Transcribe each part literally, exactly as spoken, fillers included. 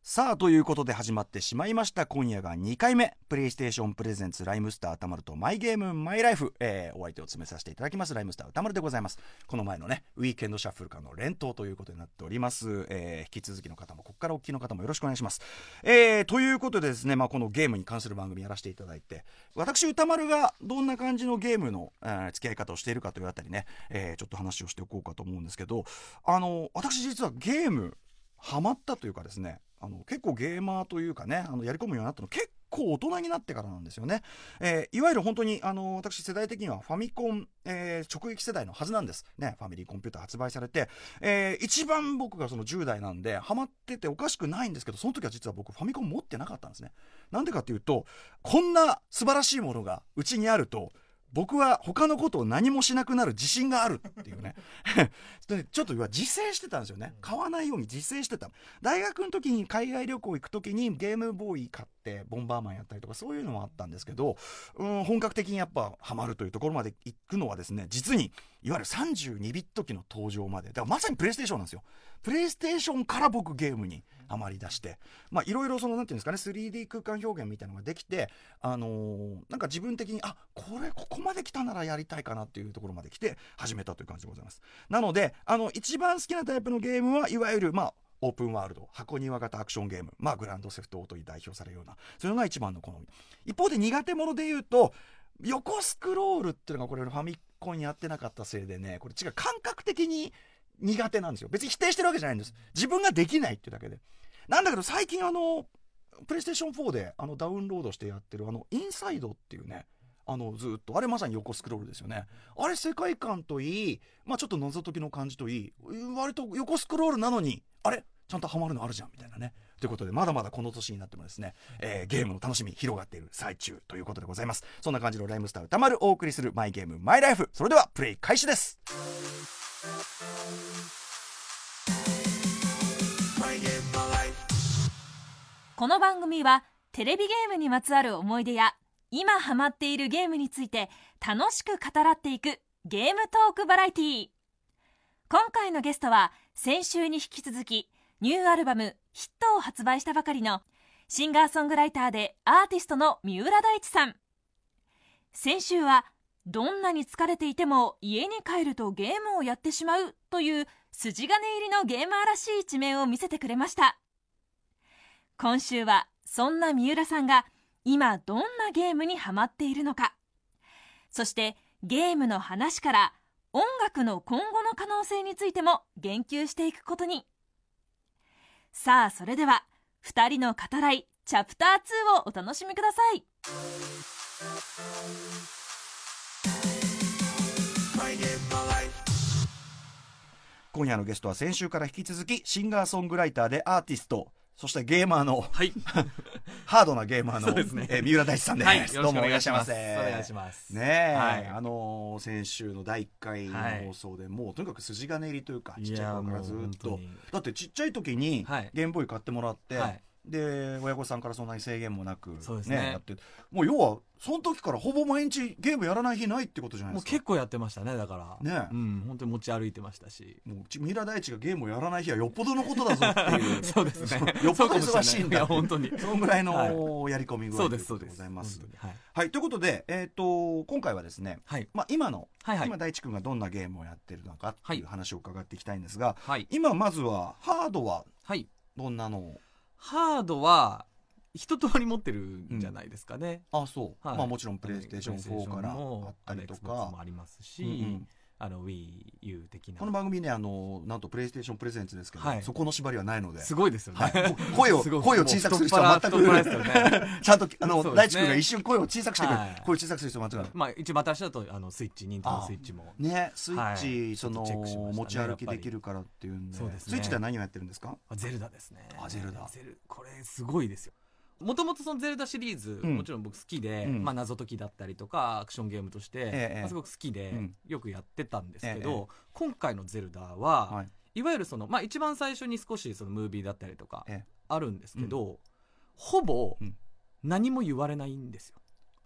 さあということで始まってしまいました。今夜がにかいめ、プレイステーションプレゼンツライムスター歌丸とマイゲームマイライフ、えー、お相手を詰めさせていただきますライムスター歌丸でございます。この前のねウィーケンドシャッフルからの連投ということになっております、えー、引き続きの方もここからお聞きの方もよろしくお願いします。えー、ということでですね、まあ、このゲームに関する番組やらせていただいて、私歌丸がどんな感じのゲームの、えー、付き合い方をしているかというあたりね、えー、ちょっと話をしておこうかと思うんですけど、あの私実はゲームハマったというかですね、あの結構ゲーマーというかね、あのやり込むようになったの結構大人になってからなんですよね。えー、いわゆる本当にあの私世代的にはファミコン、えー、直撃世代のはずなんですね。ファミリーコンピューター発売されて、えー、一番僕がそのじゅう代なんでハマってておかしくないんですけど、その時は実は僕ファミコン持ってなかったんですね。なんでかっていうと、こんな素晴らしいものがうちにあると僕は他のことを何もしなくなる自信があるっていうねでちょっと自制してたんですよね。買わないように自制してた。大学の時に海外旅行行く時にゲームボーイ買ってボンバーマンやったりとかそういうのもあったんですけど、うん、本格的にやっぱハマるというところまで行くのはですね、実にいわゆるさんじゅうにビット機の登場まで、だからまさにプレイステーションなんですよ。プレイステーションから僕ゲームにハマり出して、まあいろいろそのなんていうんですかね、スリーディー 空間表現みたいなのができて、あのー、なんか自分的にあこれここまで来たならやりたいかなっていうところまで来て始めたという感じでございます。なのであの一番好きなタイプのゲームはいわゆるまあオープンワールド箱庭型アクションゲーム、まあグランドセフトオートに代表されるような、そういうのが一番の好み。一方で苦手者で言うと横スクロールっていうのがこれファミコンやってなかったせいでね、これ違う、感覚的に苦手なんですよ。別に否定してるわけじゃないんです。自分ができないっていうだけで。なんだけど最近あのプレイステーションフォーであのダウンロードしてやってるあのインサイドっていうね、あのずっとあれまさに横スクロールですよね。あれ世界観といい、まあちょっと謎解きの感じといい、割と横スクロールなのにあれちゃんとハマるのあるじゃんみたいなね。ということでまだまだこの年になってもですね、えー、ゲームの楽しみ広がっている最中ということでございます。そんな感じのライムスター歌丸お送りするマイゲームマイライフ、それではプレイ開始です。 この番組はテレビゲームにまつわる思い出や今ハマっているゲームについて楽しく語らっていくゲームトークバラエティー。今回のゲストは先週に引き続きニューアルバムヒットを発売したばかりのシンガーソングライターでアーティストの三浦大知さん。先週はどんなに疲れていても家に帰るとゲームをやってしまうという筋金入りのゲーマーらしい一面を見せてくれました。今週はそんな三浦さんが今どんなゲームにハマっているのか、そしてゲームの話から音楽の今後の可能性についても言及していくことに。さあそれではふたりの語らいチャプターツーをお楽しみください。 今夜のゲストは先週から引き続きシンガーソングライターでアーティスト、そしてゲーマーの、はい、ハードなゲーマーの、ねえー、三浦大知さんです、はい、 どうもいらっしゃいませ。お願いしますねえ、はい、あのー、先週のだいいっかいの放送で、はい、もうとにかく筋金入りというかちっちゃい頃からずっと、だってちっちゃい時にゲームボーイ買ってもらって、はい、で親御さんからそんなに制限もなく、 そうですね、 ね、やってもう要はその時からほぼ毎日ゲームやらない日ないってことじゃないですか。 もう結構やってましたね。だからね、 うん、本当に持ち歩いてましたし、 もう三浦大知がゲームをやらない日はよっぽどのことだぞっていうそうですね、 よっぽど忙しいんだ、いや本当にそのぐらいのやり込み具合ということでございます。 はい、 はい、ということで、えー、と今回はですね、はい、まあ、今の、 はいはい、 今大知君がどんなゲームをやってるのかっていう話を伺っていきたいんですが、 はい、 今まずはハードはどんなのを、はい、 ハードは一通り持ってるんじゃないですかね、 うん、あそう、 はい、 まあ、もちろんプレイステーションフォーからあったりとか、 もありますし、うんうん、あの WiiU 的な、 この番組ね、あのなんとプレイステーションプレゼンツですけど、はい、そこの縛りはないので、 すごいですよね、はい、 声を声を小さくする人は全くね、ちゃんとあの、ね、大地君が一瞬声を小さくしてくる、はい、声を小さくする人は全くない、 まあ、一番新しいだとあのスイッチ、ニンテンドースイッチもね、スイッチ、はい、その持ち歩きできるからっていうんで、そうですね、スイッチでは何をやってるんですか？ ゼルダですね。 あ、ゼルダ、 ゼルこれすごいですよ。もともとそのゼルダシリーズ、うん、もちろん僕好きで、うん、まあ、謎解きだったりとかアクションゲームとして、ええ、まあ、すごく好きで、うん、よくやってたんですけど、ええ、今回のゼルダは、はい、いわゆるその、まあ、一番最初に少しそのムービーだったりとかあるんですけど、ええ、ほぼ何も言われないんですよ。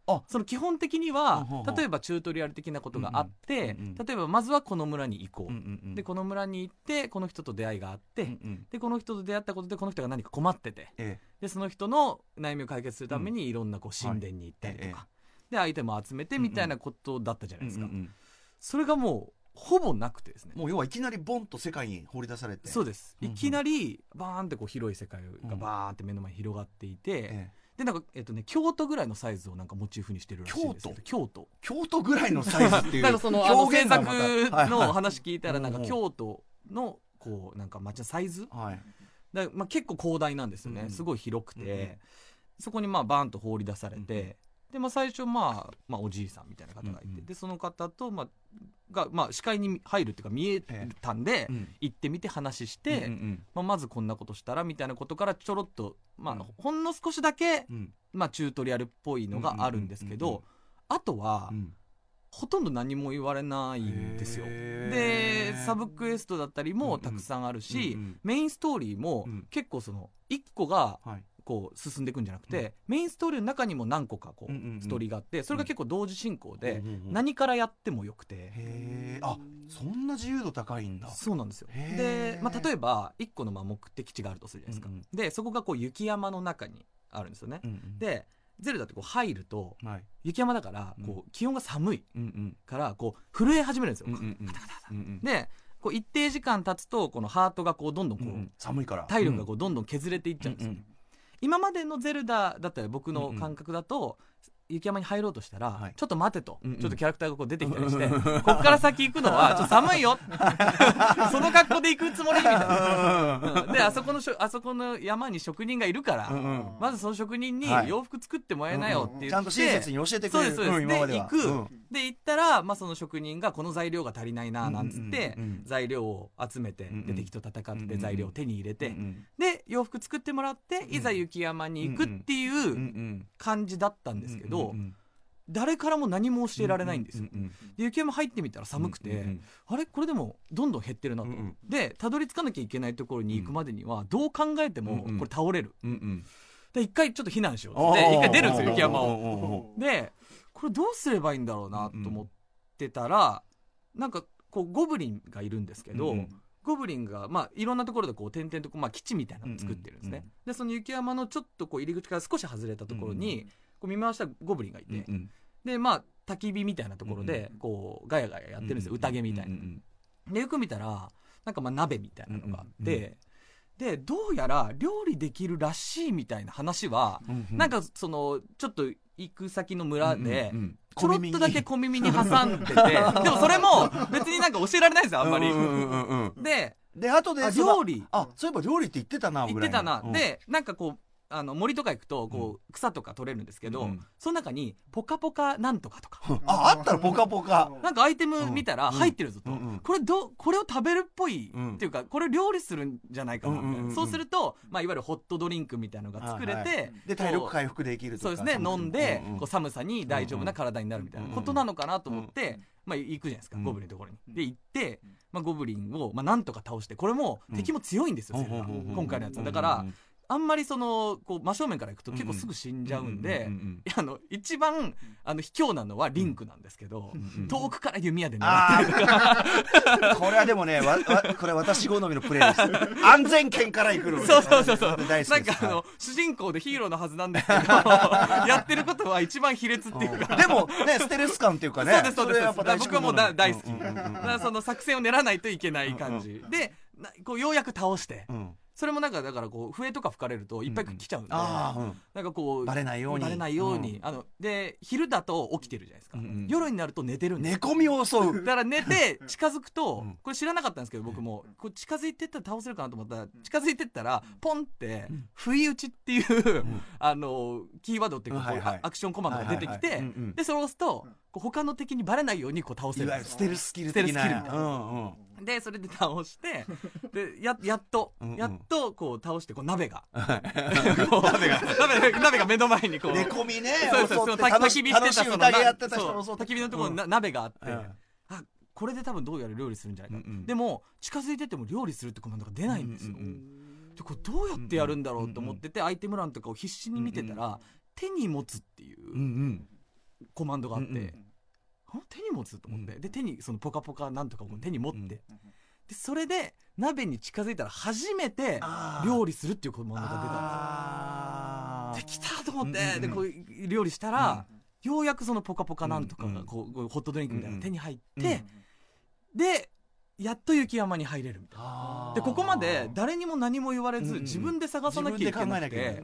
あその基本的にはほうほうほう例えばチュートリアル的なことがあって、 うんうん例えばまずはこの村に行こう、 うんうんうんでこの村に行ってこの人と出会いがあって、 うんうんでこの人と出会ったことでこの人が何か困ってて、 えでその人の悩みを解決するためにいろんなこう神殿に行ったりとか、 はいえで相手も集めてみたいなことだったじゃえないですか、 うんうんうんそれがもうほぼなくてですね。 もう要はいきなりボンと世界に放り出されてそうです、 うんうんいきなりバーンってこう広い世界がバーンって目の前に広がっていて、 ええでなんか、えっとね、京都ぐらいのサイズをなんかモチーフにしてるらしいんですけど、京都京都ぐらいのサイズっていうなんかそのあの制作表現がまたはいはいの話聞いたらなんかうんうん京都のこうなんか街のサイズはいだ、まあ、結構広大なんですよね、 うんすごい広くて、 うんうんそこにまあバーンと放り出されて、 うんうんでまあ、最初、まあ、まあおじいさんみたいな方がいて、 うんうんでその方と、まあがまあ、視界に入るっていうか見えたんで、 うん行ってみて話して、 うんうんまあ、まずこんなことしたらみたいなことからちょろっと、まあうんほんの少しだけ、 うんまあ、チュートリアルっぽいのがあるんですけど、 うんうんうんあとは、 うんほとんど何も言われないんですよ。 へーでサブクエストだったりもたくさんあるし、 うんうんメインストーリーもうん結構そのいっこがはいこう進んでいくんじゃなくて、メインストーリーの中にも何個かこうんうんうんうストーリーがあってそれが結構同時進行でうんうんうん何からやってもよくて、 へえあそんな自由度高いんだそうなんですよ。 へーで、まあ、例えばいっこのまあ目的地があるとするじゃないですか、 うんうんでそこがこう雪山の中にあるんですよね、 うんうんでゼルダってこう入るとはい雪山だからうんこう気温が寒いうんうんからこう震え始めるんですよ、 うんうんうんカタカタカタうんうんでこう一定時間経つとこのハートがこうどんどんこう、 うんうん寒いから体力がこうどんどん削れていっちゃうんですよ、 うんうん今までのゼルダだったら僕の感覚だと、雪山に入ろうとしたら、 はいちょっと待てと、 うんうんちょっとキャラクターがこう出てきたりして、こっから先行くのはちょっと寒いよその格好で行くつもりみたいな、うんであそこのしょあそこの山に職人がいるから、 うんうんまずその職人にはい洋服作ってもらえなよって言って、 ちゃんと親切に教えてくれるそうですそうです、 ん今まではで行く、 うんで行ったら、まあ、その職人がこの材料が足りないななんつって、 うんうんうん材料を集めて、 うんうんで敵と戦うんうんって材料を手に入れて、 うんうんで洋服作ってもらっていざ雪山に行くっていうんううん感じだったんですけど、 うんうん誰からも何も教えられないんですよ、 うんうんで雪山入ってみたら寒くて、 うんうんあれこれでもどんどん減ってるなと、 うんうんでたどり着かなきゃいけないところに行くまでにはどう考えてもうんうんこれ倒れる、 うんうんで一回ちょっと避難しようおーで一回出るんですよ雪山おーをおーおーでこれどうすればいいんだろうなと思ってたら、なんかこうゴブリンがいるんですけど、 うんうんゴブリンが、まあ、いろんなところでこう点々とこう、まあ、基地みたいなのを作ってるんですね、 うんうんでその雪山のちょっとこう入り口から少し外れたところに、こう見回したゴブリンがいて、 うんうんでまあ焚き火みたいなところでこうガヤガヤやってるんですよ、宴みたいな、 うんでよく見たらなんかまあ鍋みたいなのがあって、 うんうんでどうやら料理できるらしいみたいな話は、 うんうんなんかそのちょっと行く先の村で、 うんうんうんちょろっとだけ小耳に挟んでてでもそれも別になんか教えられないんですよあんまり、 うんうんうんうんでで後であその料理あそういえば料理って言ってたな言ってたな、でなんかこうあの森とか行くとこう草とか取れるんですけど、 うんその中にポカポカなんとかとかああったらポカポカなんかアイテム見たら入ってるぞと、 うんうんこれどこれを食べるっぽい、 うんっていうかこれ料理するんじゃないかなみたいな、 うんうんうんそうすると、まあ、いわゆるホットドリンクみたいなのが作れて、 はいはいで体力回復できるとかそうですね飲んで、 うんうんこう寒さに大丈夫な体になるみたいなことなのかなと思って、まあ、行くじゃないですか、 うんゴブリンのところにで行って、まあ、ゴブリンを、まあ、なんとか倒してこれも敵も強いんですよ、 うんゼルダうんうんうん今回のやつはだから、あんまりそのこう真正面から行くと結構すぐ死んじゃうんで、 うんうんうんうんいやあの一番あの卑怯なのはリンクなんですけど、 うんうん遠くから弓矢で狙あってるとかーこれはでもねわわこれ私好みのプレーです安全圏から行くのそうそうそうそう大好きですなんかあの、主人公でヒーローのはずなんですけどやってることは一番卑劣っていうかでもねステルス感っていうかねそうですそうですれやっぱ大事僕はもうだ大好き、 うんうんうんうんだからその作戦を練らないといけない感じ、でなこうようやく倒して、 うんそれもなんかだからこう笛とか吹かれるといっぱい来ちゃうんで、 ああうんなんかこうバレないようにバレないように、 うあので昼だと起きてるじゃないですか、 うんうん夜になると寝てるんです寝込みを襲うだから寝て近づくと、 うんこれ知らなかったんですけど僕もこう近づいてったら倒せるかなと思ったら近づいてったらポンって不意打ちっていう、あのキーワードっていうかこう、 はいはいアクションコマンドが出てきて、 はいはいはいうんうんでそれを押すとこう他の敵にバレないようにこう倒せるんですいわゆるステルススキル的なステルススキルみたいなうんうんでそれで倒してで や, やっと、 うんうんやっとこう倒してこう鍋が鍋が鍋が鍋が目の前にこう寝込みねそうですそう襲って焚楽しき火して楽したいその宴やってた人そうの襲って焚き火のところになうん鍋があって、 うんあこれで多分どうやら料理するんじゃないか、 うんうんでも近づいてっても料理するってコマンドが出ないんですよ、 うんうんでこれどうやってやるんだろうと思ってて、アイテム欄とかを必死に見てたら、手に持つっていう、 うんうんコマンドがあって、 うんうん、 手に持つと思って、で手にそのポカポカなんとかを手に持って、うん、でそれで鍋に近づいたら初めて料理するっていうコマンドが出たんですよ。できたと思って、うんうんうん、でこう料理したら、うん、ようやくそのポカポカなんとかがこう、うんうん、ホットドリンクみたいなの手に入って、うんうん、でやっと雪山に入れるみたいな。でここまで誰にも何も言われず、うんうん、自分で探さなきゃいけなくて、うん、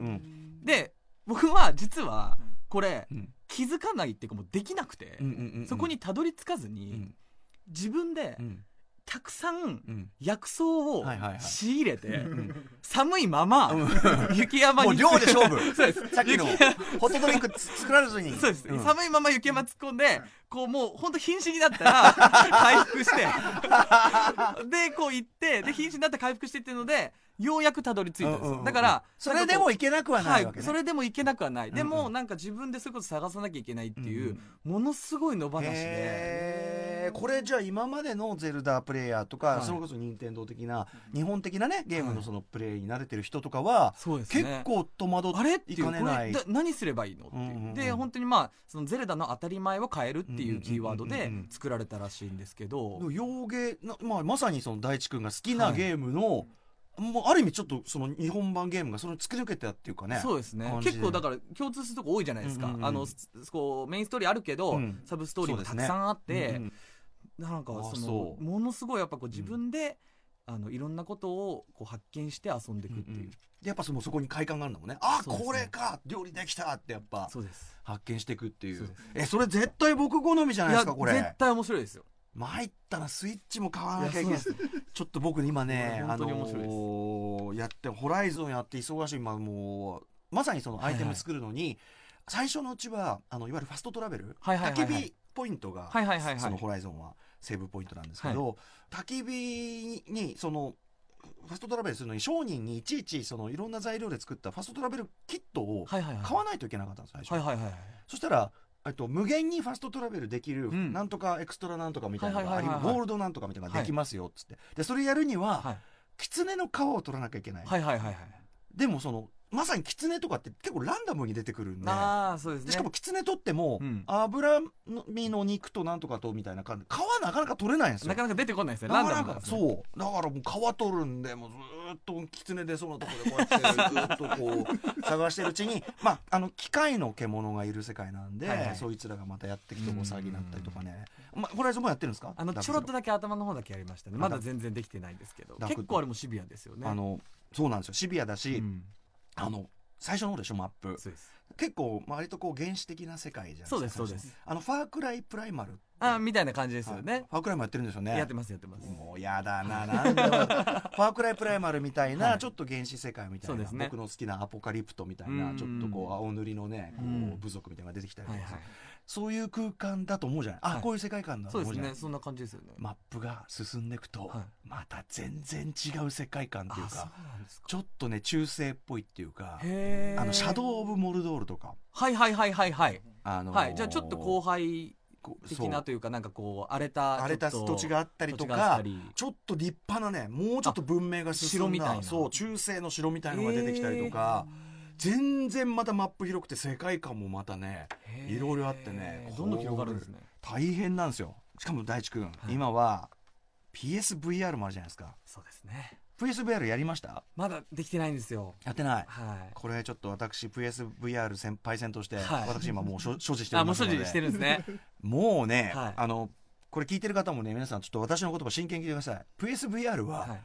で僕は実はこれ、うん、気づかないっていうかもうできなくて、うんうんうんうん、そこにたどり着かずに、うん、自分で、うんたくさん薬草を仕入れて、はいはいはい、寒いまま、うん、雪山にもう量で勝負そうですさっきのホットドリンク作られずにそうです、うん、寒いまま雪山突っ込んでこうもうほんと瀕死になったら回復してでこう行ってで瀕死になって回復してっていうのでようやくたどり着いたんです、うんうんうん、だからそれでもいけなくはないわけね、 はい、それでもいけなくはない、うんうん、でもなんか自分でそういうこと探さなきゃいけないっていう、うんうん、ものすごい野放しで、 へーこれじゃあ今までのゼルダプレイヤーとか、はい、それこそ任天堂的な日本的なねゲームのそのプレイに慣れてる人とかは、はい、結構戸惑っていかねない、 あれ何すればいいのっていう、うんうんうん、で本当にまあそのゼルダの当たり前を変えるっていうキーワードで作られたらしいんですけど、 洋芸な、まあ、まさにその大地君が好きなゲームの、はいもうある意味ちょっとその日本版ゲームがそれを突き抜けてたっていうかね。 そうですね結構だから共通するとこ多いじゃないですか、うんうんうん、あのこうメインストーリーあるけど、うん、サブストーリーもたくさんあって、ねうんうん、なんかそのものすごいやっぱこう自分で、うん、あのいろんなことをこう発見して遊んでいくっていう、うんうん、 でやっぱそのそこに快感があるんだもんね。あ、ね、これか料理できたってやっぱそうです発見していくっていう。えそれ絶対僕好みじゃないですかこれ。 絶対面白いですよ。 参ったらスイッチも買わなきゃいけないちょっと僕今ね本当に面白いです、あのー、やってホライゾンやって忙しい今もうまさにそのアイテム作るのに、はいはい、最初のうちはあのいわゆるファストトラベル、はいはいはいはい、焚き火ポイントが、はいはいはいはい、そのホライゾンはセーブポイントなんですけど、はい、焚き火にそのファストトラベルするのに商人にいちいちそのいろんな材料で作ったファストトラベルキットを買わないといけなかったんです最初、はいはいはいはい、そしたらえっと、無限にファストトラベルできる、うん、なんとかエクストラなんとかみたいなのがあります、ゴールドなんとかみたいなのができますよっつって、はい、でそれやるには、はい、狐の皮を取らなきゃいけない、はいはいはいはい、でもそのまさに狐とかって結構ランダムに出てくるんで、 あそうですね、 しかも狐取っても、うん、脂身の肉となんとかとみたいな感じで皮なかなか取れないんですよ。 なかなか出てこないですねランダムなんですね。 そうだからもう皮取るんでもうずっと狐出そうなところでこうやってずっとこう探してるうちにまああの機械の獣がいる世界なんで、はいはい、そいつらがまたやってきてこう騒ぎになったりとかね、まあ、これもやってるんですか。 あのちょろっとだけ頭の方だけやりましたね。まだ全然できてないんですけど結構あれもシビアですよね。 あのそうなんですよシビアだし、うん、あの最初の方でしょマップ。そうです。結構割とこう原始的な世界じゃないですか。 そうですそうです。 あのファークライプライマルあみたいな感じですよね、はい、 ファークライもやってるんですよね。 やってますやってます。 もうやだななんだろうファークライプライマルみたいな、はい、ちょっと原始世界みたいな、ね、僕の好きなアポカリプトみたいなちょっとこう青塗りのねこう部族みたいなのが出てきたりとか、はいはい、そういう空間だと思うじゃない。あ、はい、こういう世界観だと思うじゃない。 そうですねそんな感じですよね。 マップが進んでいくと、はい、また全然違う世界観っていうかちょっとね中世っぽいっていうかあのシャドウ・オブ・モルドールとかはいはいはいはいはい、あのーはい、じゃあちょっと後輩的なというかなんかこう荒れた荒れた土地があったりとかちょっと立派なねもうちょっと文明が進んだ城みたいなそう中世の城みたいなのが出てきたりとか、全然またマップ広くて世界観もまたねいろいろあってねどんどん広がるんですね。 大変なんですよ。しかも大地君、はい、今は ピーエスブイアール もあるじゃないですか。 そうですね。 ピーエスブイアール やりました？ まだできてないんですよ。 やってない、 はい、 これちょっと私 ピーエスブイアール 先輩戦として、はい、私今もう所持しておりますのであもう所持してるんですねもうね、はい、あのこれ聞いてる方もね皆さんちょっと私の言葉真剣に聞いてください。 ピーエスブイアール は、はい、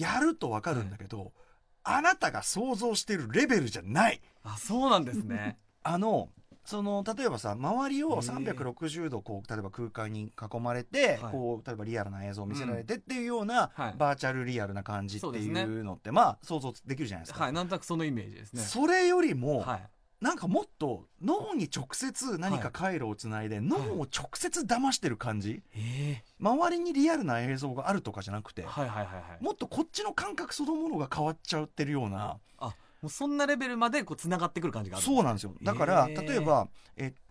やると分かるんだけど、はい、あなたが想像してるレベルじゃない。 あそうなんですねあのその例えばさ周りをさんびゃくろくじゅうどこう例えば空間に囲まれて、はい、こう例えばリアルな映像を見せられてっていうような、うんはい、バーチャルリアルな感じっていうのって、ね、まあ想像できるじゃないですか。 はいなんとなくそのイメージですね。 それよりも、はい、なんかもっと脳に直接何か回路をつないで、はい、脳を直接騙してる感じ、はい、周りにリアルな映像があるとかじゃなくて、はいはいはいはい、もっとこっちの感覚そのものが変わっちゃってるような、 あもうそんなレベルまでこうつながってくる感じがある。 そうなんですよ。だから例えばえっ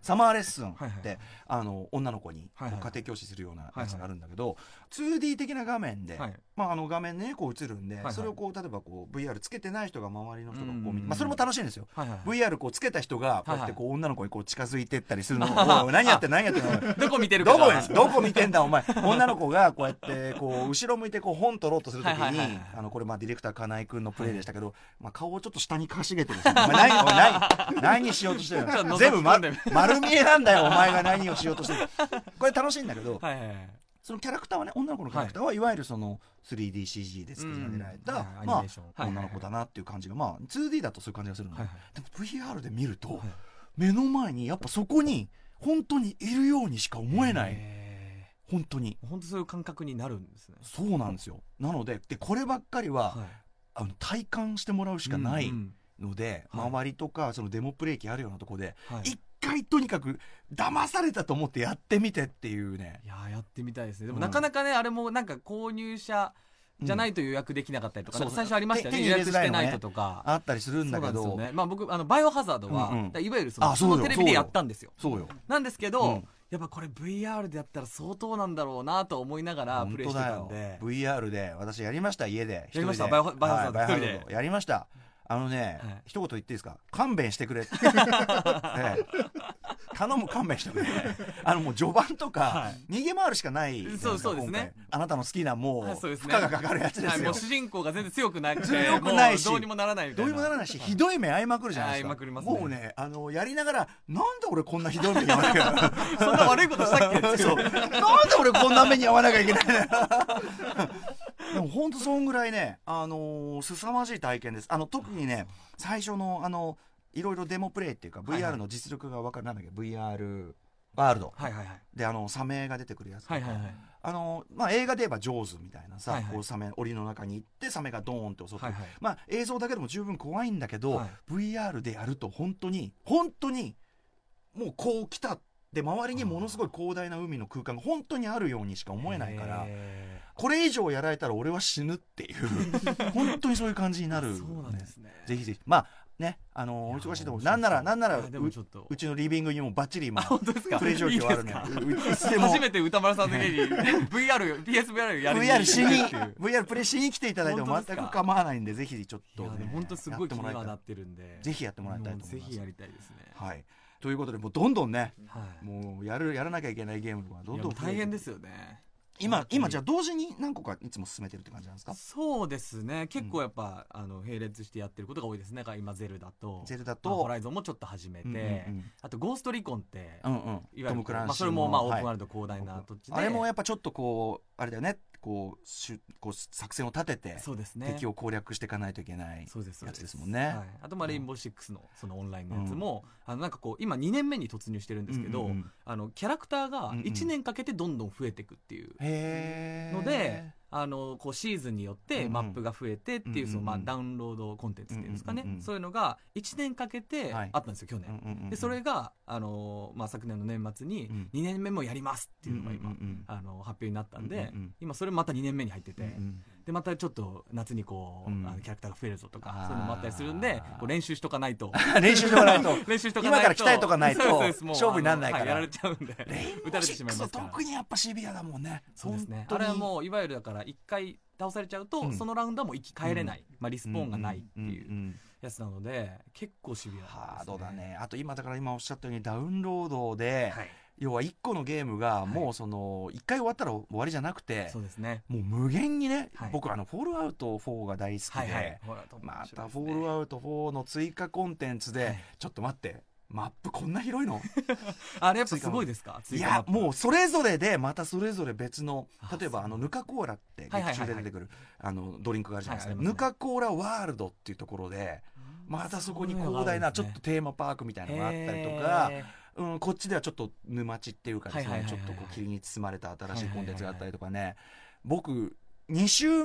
サマーレッスンって、 はいはいはい、 あの女の子にこう家庭教師するようなやつがあるんだけど、はいはい、ツーディー 的な画面で、はい、まあ、あの画面ねこう映るんで、はいはい、それをこう例えばこう ブイアール つけてない人が周りの人がこう見て、まあ、それも楽しいんですよ、はいはい、ブイアール こうつけた人がこうやってこう女の子にこう近づいてったりするのを、はいはい、何やってん何やってんのどこ見てるかどこどこ見てんだお前女の子がこうやってこう後ろ向いてこう本取ろうとするときに、はいはいはいはい、あのこれまあディレクター金井君のプレイでしたけど、はい、まあ、顔をちょっと下にかしげてるんですよお前 何, お前 何, 何しようとしてるの全部、ま、丸見えなんだよお前が何をしようとしてるこれ楽しいんだけど、はいはいはい、そのキャラクターはね女の子のキャラクターはいわゆるその スリーディーシージー で作られた、うん、まあ、女の子だなっていう感じが、まあ ツーディー だとそういう感じがするので、はいはい、でも ブイアール で見ると、はい、目の前にやっぱそこに本当にいるようにしか思えない、本当に本当そういう感覚になるんですね。 そうなんですよ。なので、でこればっかりは、はい、あの体感してもらうしかないので、うんうん、周りとかそのデモプレイ機あるようなところで、はい、一回とにかく騙されたと思ってやってみてっていうね。 いややってみたいですね。でもなかなかね、うん、あれもなんか購入者じゃないと予約できなかったりとか、うん、最初ありましたよね、予約してないととかあったりするんだけど、 そうなんですよね。まあ、僕あのバイオハザードは、うんうん、いわゆるそのそのテレビでやったんですよ。 そうよなんですけど、うん、やっぱこれ ブイアール でやったら相当なんだろうなと思いながらプレイしてたんで、 ブイアール で私やりました。家でやりました。バイオハザード一人でやりました。あのね、はい、一言言っていいですか、勘弁してくれ、ええ、頼む勘弁してくれあのもう序盤とか、はい、逃げ回るしかない。 そうそうですね。 あなたの好きなもう、はい、負荷がかかるやつですよ、はい、 もう主人公が全然強くなくて強くないしどうにもならないみたいな、 どうにもならないし、ひどい目合いまくるじゃないですか。 合いまくりますね。 もうね、あのやりながらなんで俺こんなひどい目に遭わなきゃそんな悪いことしたっけそうなんで俺こんな目に遭わなきゃいけないでも本当そんぐらいね、あのー、凄まじい体験です。あの特にね、最初のあのいろいろデモプレイっていうか ブイアール の実力が分かる、なんだっけ ブイアール ワールド、はいはいはい、であのサメが出てくるやつとか、はいはいはい、あのまあ、映画で言えばジョーズみたいなさ、はいはい、こうサメ檻の中に行ってサメがドーンって襲って、はいはい、まあ、映像だけでも十分怖いんだけど、はい、ブイアール でやると本当に本当にもうこう来たで周りにものすごい広大な海の空間が本当にあるようにしか思えないから、これ以上やられたら俺は死ぬっていう本当にそういう感じになる、ね、 そうなんですね。 ぜひぜひ、まあね、あのお忙しいところなんならなんなら う, うちのリビングにもバッチリ今プレイ状況あるね。 初めて歌丸さんの家に ブイアール ピーエスブイアール やるブイアール しに ブイアール プレイしに来ていただいても全く構わないんで、ぜひちょっと、ね、 本当すごい気にはなってるんで、 ぜひやってもらいたいと思います。 ぜひやりたいですね。 はい、ということでもうどんどんね、はい、もうやるやらなきゃいけないゲームがどんどん大変ですよね。 今, 今じゃあ同時に何個かいつも進めてるって感じなんですか？ そうですね、結構やっぱ、うん、あの並列してやってることが多いですね。今ゼルダとゼルダと、 まあ、ホライゾンもちょっと始めて、うんうんうん、あとゴーストリコンって、うんうん、いわゆるトムクランシーの、 まあ、それもまあオープンワールド広大な土地で、 あれもやっぱちょっとこうあれだよね、こうしゅこう作戦を立てて、 そうですね、 敵を攻略していかないといけないやつですもんね。はい、 あとまあレインボーシックスのそのオンラインのやつも、うん、あのなんかこう今にねんめに突入してるんですけど、うんうんうん、あのキャラクターがいちねんかけてどんどん増えていくっていうので、あのこうシーズンによってマップが増えてっていう、そのまあダウンロードコンテンツっていうんですかね、そういうのがいちねんかけてあったんですよ、去年。でそれがあの、まあ、昨年の年末ににねんめもやりますっていうのが今あの発表になったんで、今それまたにねんめに入ってて、でまたちょっと夏にこう、うん、あのキャラクターが増えるぞとかそういうのもあったりするんで、こう練習しとかないと練習しとかないと練習しとかないと今から鍛えとかないと勝負にならないから、 はい、やられちゃうんで打たれてしまいますから。 特にやっぱシビアだもんね。 そうですね、あれはもういわゆるだからいっかい倒されちゃうと、うん、そのラウンドはもう生き返れない、うん、まあ、リスポーンがないっていうやつなので、結構シビアですね。 ハードだね。あと今だから今おっしゃったようにダウンロードで、はい、要はいっこのゲームがもうそのいっかい終わったら終わりじゃなくて、 そうですね、 もう無限にね、はい、僕あのフォールアウトフォーが大好きで、はいはい、またフォールアウトフォーの追加コンテンツで、はい、ちょっと待ってマップこんな広いのあれやっぱすごいですか？ いやもうそれぞれでまたそれぞれ別の、例えばあのヌカコーラって劇中で出てくるあのドリンクがあるじゃないですか、はいはいはい、ヌカコーラワールドっていうところでまたそこに広大なちょっとテーマパークみたいなのがあったりとか、うん、こっちではちょっと沼地っていうかですね、はいはいはいはい、ちょっとこう霧に包まれた新しいコンテンツがあったりとかね、僕に週目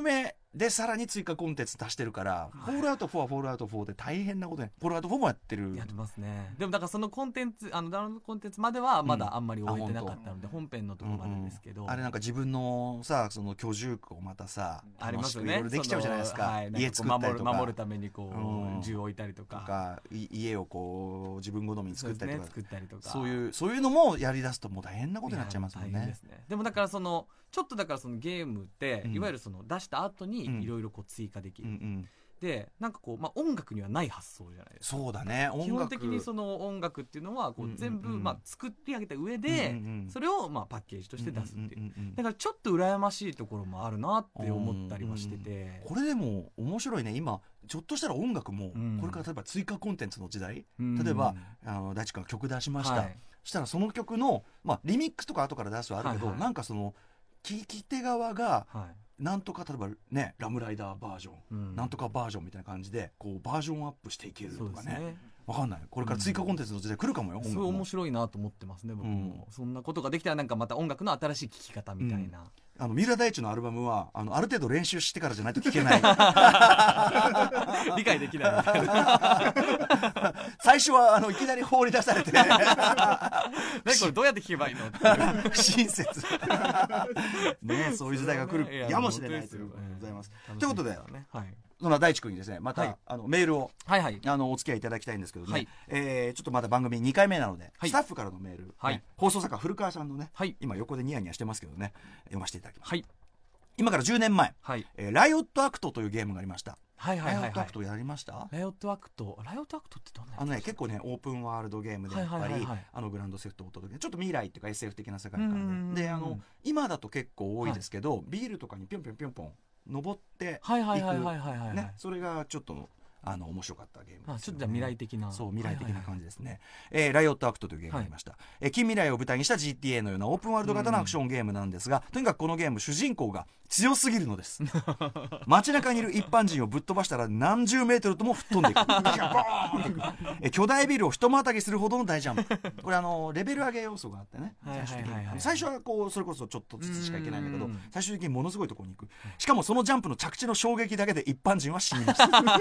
でさらに追加コンテンツ足してるから、はい、フォールアウトフォーはフォールアウトフォーで大変なことね。フォールアウトフォーもやってる。 やってますね。でもだからそのコンテンツ、あのダウンロードコンテンツまではまだあんまり置いてなかったので、うん、本編のところまでですけど、 うんうん、あれなんか自分のさその居住区をまたさありますよね。いろいろできちゃうじゃないですか。はい、家作ったりとか守るためにこう、うん、銃を置いたりとか、 とか家をこう自分好みに作ったりとか、 そうですね、作ったりとか、 そういうそういうのもやりだすともう大変なことになっちゃいますもんね。 大変ですね。でもだからそのちょっとだからそのゲームって、うん、いわゆるその出した後にいろいろこう追加できる、うんうんうん、でなんかこう、まあ、音楽にはない発想じゃないですか。 そうだね。音楽基本的にその音楽っていうのはこう全部、うんうんうん、まあ、作り上げた上で、うんうんうん、それをまあパッケージとして出すっていう、うんうんうんうん、だからちょっと羨ましいところもあるなって思ったりはしてて、うんうん、 これでも面白いね。今ちょっとしたら音楽もこれから例えば追加コンテンツの時代、うん、例えばあの大地君が曲出しました、はい、そしたらその曲の、まあ、リミックスとか後から出すはあるけど、はいはい、なんかその聴き手側が、はい、なんとか例えばねラムライダーバージョン、うん、なんとかバージョンみたいな感じでこうバージョンアップしていけるとかね。わかんない。これから追加コンテンツの時代来るかもよ。 うん、それ面白いなと思ってますね僕も、うん、そんなことができたらなんかまた音楽の新しい聴き方みたいな、うん、 あの三浦大知のアルバムはあのある程度練習してからじゃないと聴けない理解できないみたいな最初はあのいきなり放り出されて何これどうやって聴けばいいの不親切ね、そういう時代が来るやもしれないということでございます。ということで、ね、はい、そんな大地君にですねまた、はい、あのメールを、はいはい、あのお付き合いいただきたいんですけどね、はい、えー、ちょっとまだ番組にかいめなので、はい、スタッフからのメール、はいね、放送作家古川さんのね、はい、今横でニヤニヤしてますけどね読ませていただきます、はい、今からじゅうねんまえ、はい、えー、ライオットアクトというゲームがありました。はいはいはいはい、ライオットアクトやりました。 ライオットアクトライオットアクトってどんなやつ？ あのね結構ねオープンワールドゲームでやっぱり、はいはいはいはい、あのグランドセフトオートでちょっと未来っていうか エスエフ 的な世界観で、であの今だと結構多いですけど、はい、ビールとかにピョンピョンピョンピョン登っていく、はいはいはいはいはいはい、ね、それがちょっとあの面白かったゲームです、ね、 あちょっとじゃあ未来的なそう未来的な感じですね、はいはいはい、えー、ライオットアクトというゲームがありました、はい、えー、近未来を舞台にした ジーティーエー のようなオープンワールド型のアクションゲームなんですが、とにかくこのゲーム主人公が強すぎるのです街中にいる一般人をぶっ飛ばしたら何十メートルとも吹っ飛んでいくえ巨大ビルを一またぎするほどの大ジャンプ。これあのレベル上げ要素があってね、最終的に最初はこうそれこそちょっとずつしかいけないんだけど、最終的にものすごいところに行く。しかもそのジャンプの着地の衝撃だけで一般人は死にます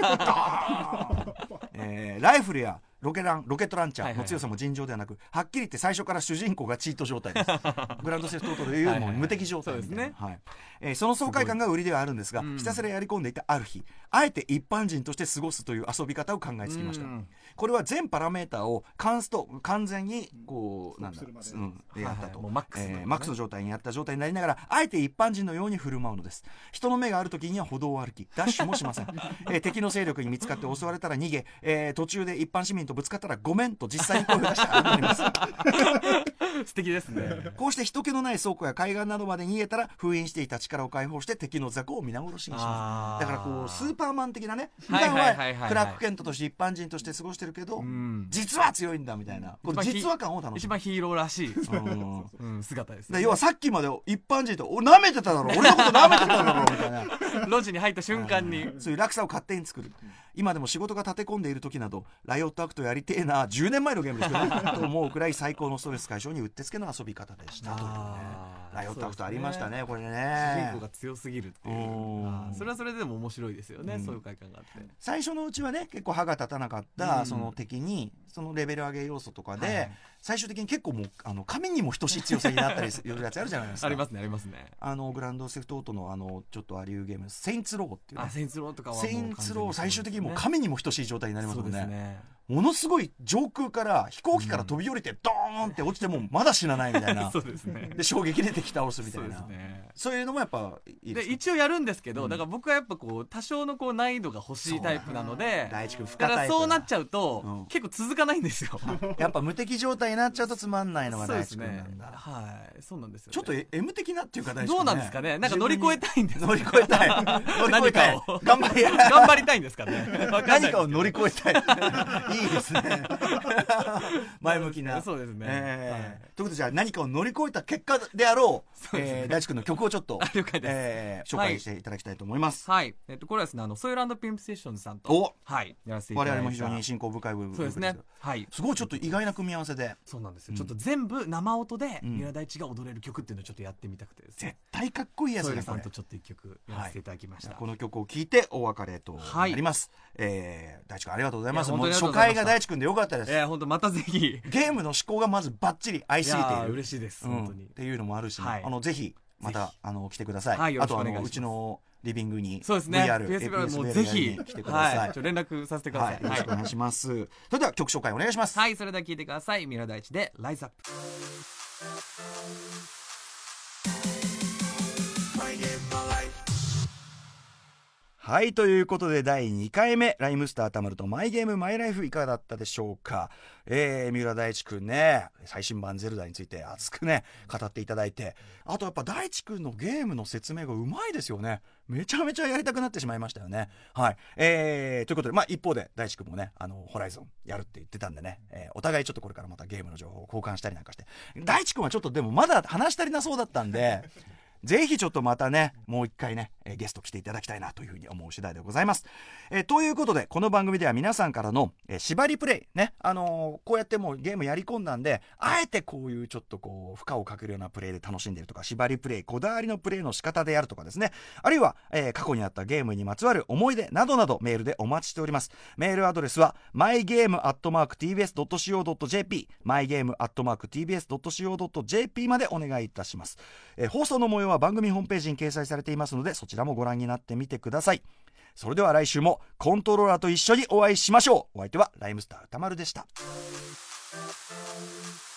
えー、ライフルやロケランロケットランチャーの強さも尋常ではなく、はいはいはい、はっきり言って最初から主人公がチート状態ですグランドセフトオートでいうもう無敵状態みたいな、はいはい、はい、えー、その爽快感が売りではあるんですが、ひたすらやり込んでいたある日、あえて一般人として過ごすという遊び方を考えつきました。これは全パラメーターをカンスト完全にこうなんだ、うん、やったと、はいはい、マックスの、ね、えー、マックスの状態にやった状態になりながら、あえて一般人のように振る舞うのです。人の目がある時には歩道を歩きダッシュもしません、えー、敵の勢力に見つかって襲われたら逃げ、えー、途中で一般市民とぶつかったらごめんと実際に声を出して謝ります素敵ですね。 こうして人気のない倉庫や海岸などまで逃げたら封印していた力を解放して敵の雑魚を皆殺しにします。だからこうスーパーマン的なね、普段はクラークケントとして一般人として過ごしてるけど、実は強いんだみたいな、これ実話感を楽しむ一番ヒーローらしい、うん、姿ですね。 要はさっきまで一般人とお舐めてただろ、俺のこと舐めてただろみたいな路地に入った瞬間にそういう落差を勝手に作る。今でも仕事が立て込んでいる時などライオットアクトやりてえな、じゅうねんまえのゲームですけど、ね、と思うくらい最高のストレス解消にうってつけの遊び方でしたというね。ライオットアクトありましたね、これね。 主人公が強すぎるっていう、それはそれでも面白いですよね、うん、そういう快感があって。 最初のうちはね結構歯が立たなかったその敵にそのレベル上げ要素とかで、はい、最終的に結構もうあの神にも等しい強さになったりするやつあるじゃないですかありますねありますね。 あのグランドセフトオートのあのちょっとアリューゲームセインツローっていう、ね、 あセインツローとかはセインツロー最終的にもう神にも等しい状態になりますもんね。 そうですね。 ものすごい上空から飛行機から飛び降りてドーンって落ちてもまだ死なないみたいなそうですね。 で衝撃で敵倒すみたいな、そうですね、そういうのもやっぱいいですね。 で一応やるんですけど、うん、だから僕はやっぱこう多少のこう難易度が欲しいタイプなので、 大地君深タイプだからそうなっちゃうと、うん、結構続かないんですよやっぱ無敵状態になっちゃうとつまんないのが大地君なんだ。 そうですね、はい、そうなんですよ、ね、 ちょっと M 的なっていうか大地君、ね、 どうなんですかね。なんか乗り越えたいんです乗り越えたい乗り越えたい頑張り頑張りたいんですかね何かを乗り越えたいいいですね前向きな。 そうですね、 えーはい、 ということでじゃあ何かを乗り越えた結果であろう、えー、大地君の曲をちょっと了解です、 えー、紹介していただきたいと思います。 はい、はい、えっと、これはですねあのソイル&ピンプセッションズさんと、はい、やらせていただいた。 我々も非常に親交深い部分そうですね、はい、 すごいちょっと意外な組み合わせで。 そうなんですよ、うん、ちょっと全部生音で三浦大知が踊れる曲っていうのをちょっとやってみたくてですね、 絶対かっこいいやつね。 ソイルさんとちょっと一曲やらせていただきました、 はい、この曲を聴いてお別れとなります、はい、えー、大地君ありがとうございます。もう初回が大地君でよかったです。 いや本当またぜひ。 ゲームの思考がまずバッチリ合いすぎている。 嬉しいです、うん、本当にっていうのもあるし、ね、はい、あのぜひまたあの来てください、 はい、 あとあのうちのリビングにそうですねブイアール、 ピーエスブイアール もぜひ来てください、 はい、ちょ連絡させてください、はい、 よろしくお願いします、はい、それでは曲紹介お願いします。 はい、それでは聴いてください。三浦大知でライズアップ。 はい、ということでだいにかいめライムスターたまるとマイゲームマイライフいかがだったでしょうか。えー、三浦大知くんね最新版ゼルダについて熱くね語っていただいて、あとやっぱ大知くんのゲームの説明がうまいですよね。めちゃめちゃやりたくなってしまいましたよね。はい、えー、ということでまあ一方で大知くんもねあのホライゾンやるって言ってたんでね、えー、お互いちょっとこれからまたゲームの情報を交換したりなんかして、大知くんはちょっとでもまだ話し足りなそうだったんでぜひちょっとまたねもう一回ね、えー、ゲスト来ていただきたいなというふうに思う次第でございます。えー、ということでこの番組では皆さんからの、えー、縛りプレイね、あのー、こうやってもうゲームやり込んだんであえてこういうちょっとこう負荷をかけるようなプレイで楽しんでるとか、縛りプレイこだわりのプレイの仕方であるとかですね、あるいは、えー、過去にあったゲームにまつわる思い出などなどメールでお待ちしております。メールアドレスは マイゲームアットマークティービーエスドットシーオードットジェーピー マイゲームアットマークティービーエスドットシーオードットジェーピー までお願いいたします。えー、放送の模様は番組ホームページに掲載されていますのでそちらもご覧になってみてください。それでは来週もコントローラーと一緒にお会いしましょう。お相手はライムスター歌丸でした。